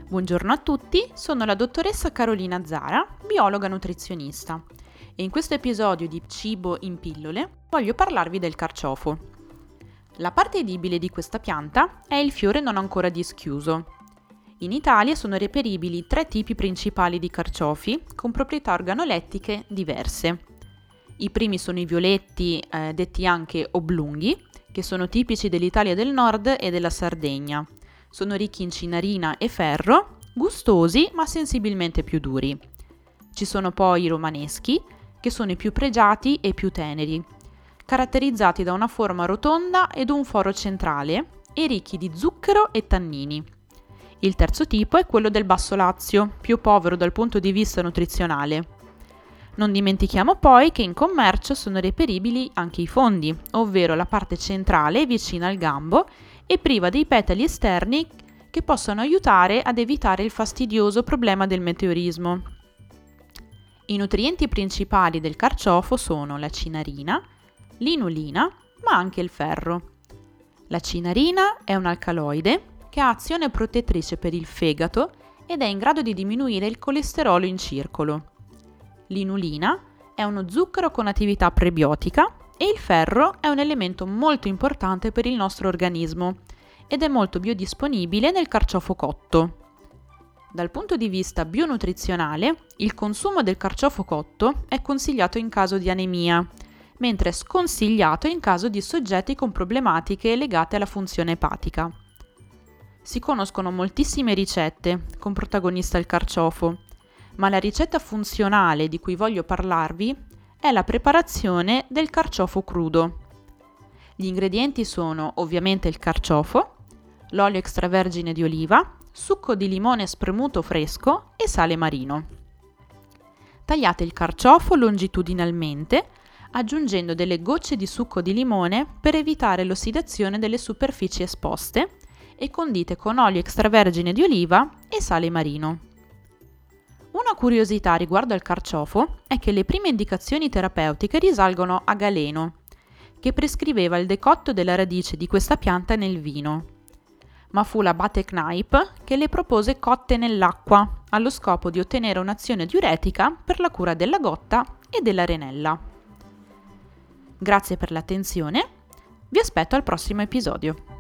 Buongiorno a tutti, sono la dottoressa Carolina Zara, biologa nutrizionista, e in questo episodio di Cibo in pillole voglio parlarvi del carciofo. La parte edibile di questa pianta è il fiore non ancora dischiuso. In Italia sono reperibili 3 tipi principali di carciofi con proprietà organolettiche diverse. I primi sono i violetti, detti anche oblunghi, che sono tipici dell'Italia del Nord e della Sardegna. Sono ricchi in cinarina e ferro, gustosi ma sensibilmente più duri. Ci sono poi i romaneschi, che sono i più pregiati e più teneri, caratterizzati da una forma rotonda ed un foro centrale e ricchi di zucchero e tannini. Il terzo tipo è quello del Basso Lazio, più povero dal punto di vista nutrizionale. Non dimentichiamo poi che in commercio sono reperibili anche i fondi, ovvero la parte centrale vicina al gambo e priva dei petali esterni che possono aiutare ad evitare il fastidioso problema del meteorismo. I nutrienti principali del carciofo sono la cinarina, l'inulina, ma anche il ferro. La cinarina è un alcaloide che ha azione protettrice per il fegato ed è in grado di diminuire il colesterolo in circolo. L'inulina è uno zucchero con attività prebiotica e il ferro è un elemento molto importante per il nostro organismo ed è molto biodisponibile nel carciofo cotto. Dal punto di vista bionutrizionale, il consumo del carciofo cotto è consigliato in caso di anemia, mentre è sconsigliato in caso di soggetti con problematiche legate alla funzione epatica. Si conoscono moltissime ricette con protagonista il carciofo, ma la ricetta funzionale di cui voglio parlarvi è la preparazione del carciofo crudo. Gli ingredienti sono ovviamente il carciofo, l'olio extravergine di oliva, succo di limone spremuto fresco e sale marino. Tagliate il carciofo longitudinalmente, aggiungendo delle gocce di succo di limone per evitare l'ossidazione delle superfici esposte e condite con olio extravergine di oliva e sale marino. Una curiosità riguardo al carciofo è che le prime indicazioni terapeutiche risalgono a Galeno, che prescriveva il decotto della radice di questa pianta nel vino. Ma fu l'abate Kneipp che le propose cotte nell'acqua, allo scopo di ottenere un'azione diuretica per la cura della gotta e della renella. Grazie per l'attenzione, vi aspetto al prossimo episodio.